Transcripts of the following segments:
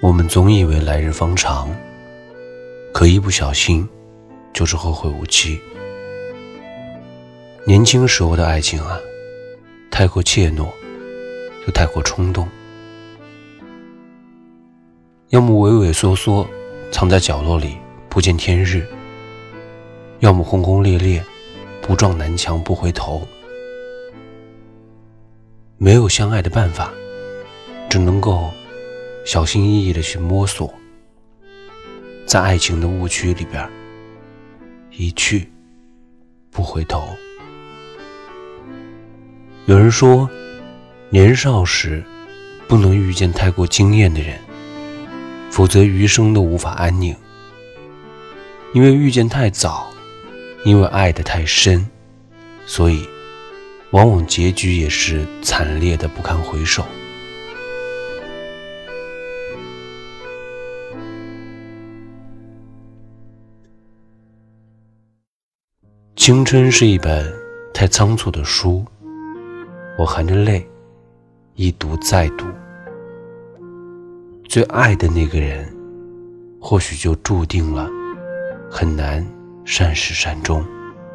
我们总以为来日方长，可一不小心就是后会无期。年轻时候的爱情啊，太过怯懦，又太过冲动，要么畏畏缩缩藏在角落里不见天日，要么轰轰烈烈不撞南墙不回头。没有相爱的办法，只能够小心翼翼地去摸索，在爱情的误区里边一去不回头。有人说，年少时不能遇见太过惊艳的人，否则余生都无法安宁。因为遇见太早，因为爱得太深，所以往往结局也是惨烈的不堪回首。青春是一本太仓促的书，我含着泪一读再读，最爱的那个人或许就注定了很难善始善终。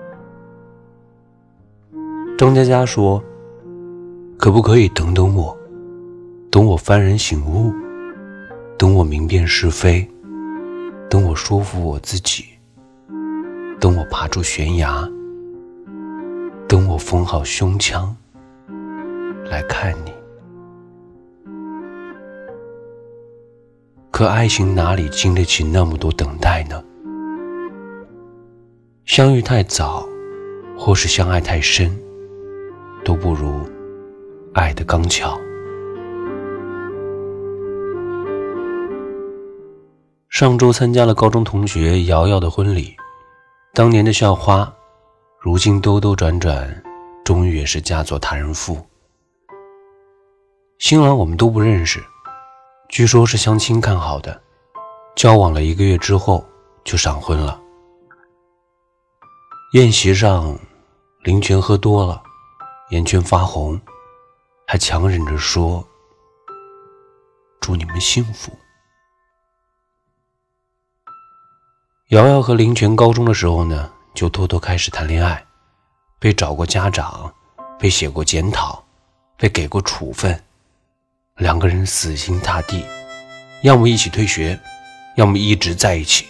张嘉佳说，可不可以等等我，等我幡然醒悟，等我明辨是非，等我说服我自己，等我爬出悬崖，等我缝好胸腔来看你。可爱情哪里经得起那么多等待呢？相遇太早，或是相爱太深，都不如爱的刚巧。上周参加了高中同学瑶瑶的婚礼，当年的校花，如今兜兜转转，终于也是嫁作他人妇。新郎我们都不认识，据说是相亲看好的，交往了1个月之后就闪婚了。宴席上，林泉喝多了，眼圈发红，还强忍着说：“祝你们幸福。”瑶瑶和林泉高中的时候呢，就偷偷开始谈恋爱，被找过家长，被写过检讨，被给过处分，两个人死心塌地，要么一起退学，要么一直在一起。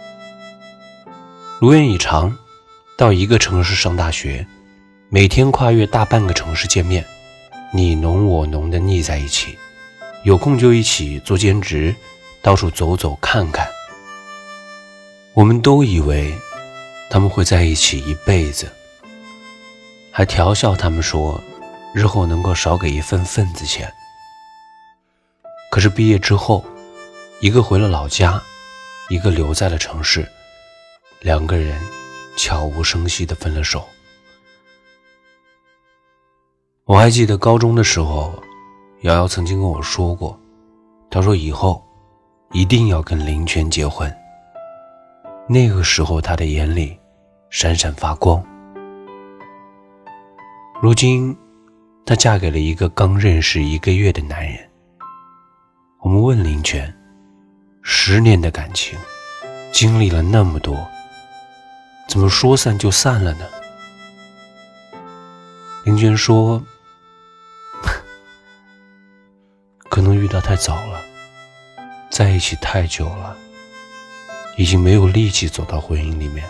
如愿以偿，到一个城市上大学，每天跨越大半个城市见面，你侬我侬的腻在一起，有空就一起做兼职，到处走走看看。我们都以为他们会在一起一辈子，还调笑他们说日后能够少给一份份子钱。可是毕业之后，一个回了老家，一个留在了城市，两个人悄无声息地分了手。我还记得高中的时候，瑶瑶曾经跟我说过，她说以后一定要跟林泉结婚。那个时候她的眼里闪闪发光。如今她嫁给了一个刚认识1个月的男人。我们问林泉，10年的感情经历了那么多，怎么说散就散了呢？林泉说，可能遇到太早了，在一起太久了，已经没有力气走到婚姻里面。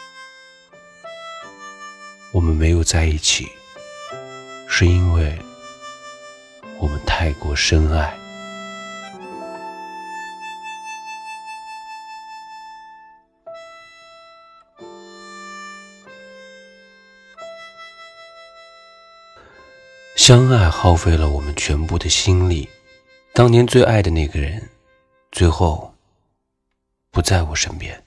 我们没有在一起，是因为我们太过深爱。相爱耗费了我们全部的心力，当年最爱的那个人，最后不在我身边。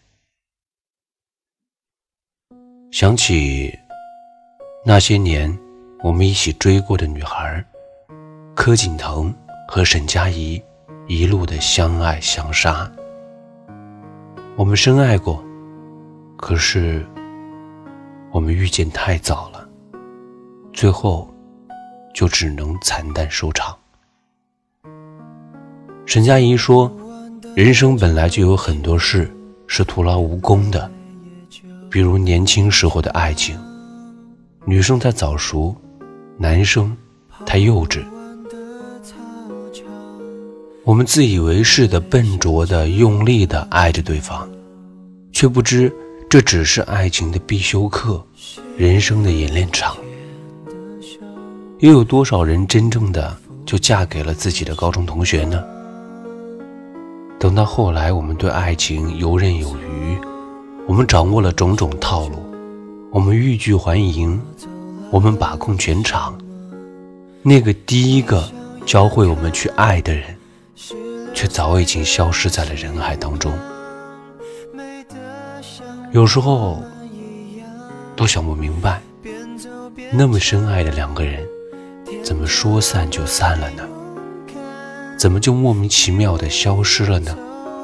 想起那些年我们一起追过的女孩，柯景腾和沈佳宜一路的相爱相杀。我们深爱过，可是我们遇见太早了，最后就只能惨淡收场。沈佳宜说， 人生本来就有很多事是徒劳无功的，比如年轻时候的爱情，女生太早熟，男生太幼稚。我们自以为是的笨拙的用力的爱着对方，却不知这只是爱情的必修课，人生的演练场。又有多少人真正的就嫁给了自己的高中同学呢？等到后来我们对爱情游刃有余，我们掌握了种种套路，我们欲拒还迎，我们把控全场，那个第一个教会我们去爱的人却早已经消失在了人海当中。有时候都想不明白，那么深爱的两个人怎么说散就散了呢？怎么就莫名其妙地消失了呢？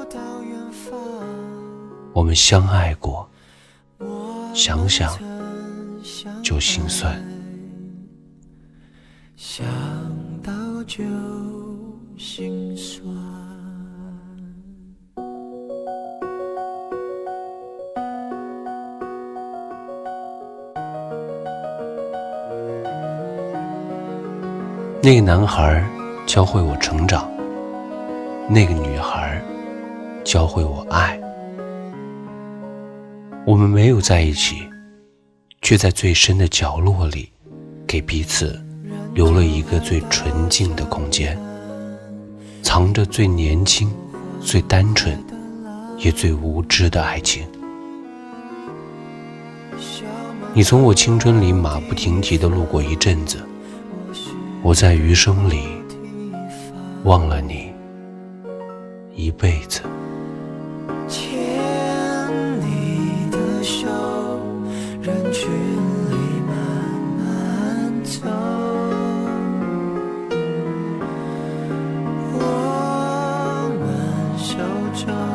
我们相爱过，想想就心酸。 想到就心酸。 那个男孩教会我成长，那个女孩教会我爱。我们没有在一起，却在最深的角落里给彼此留了一个最纯净的空间，藏着最年轻最单纯也最无知的爱情。你从我青春里马不停蹄地路过一阵子，我在余生里忘了你一辈子。 牵你的手，人群里慢慢走，我们手中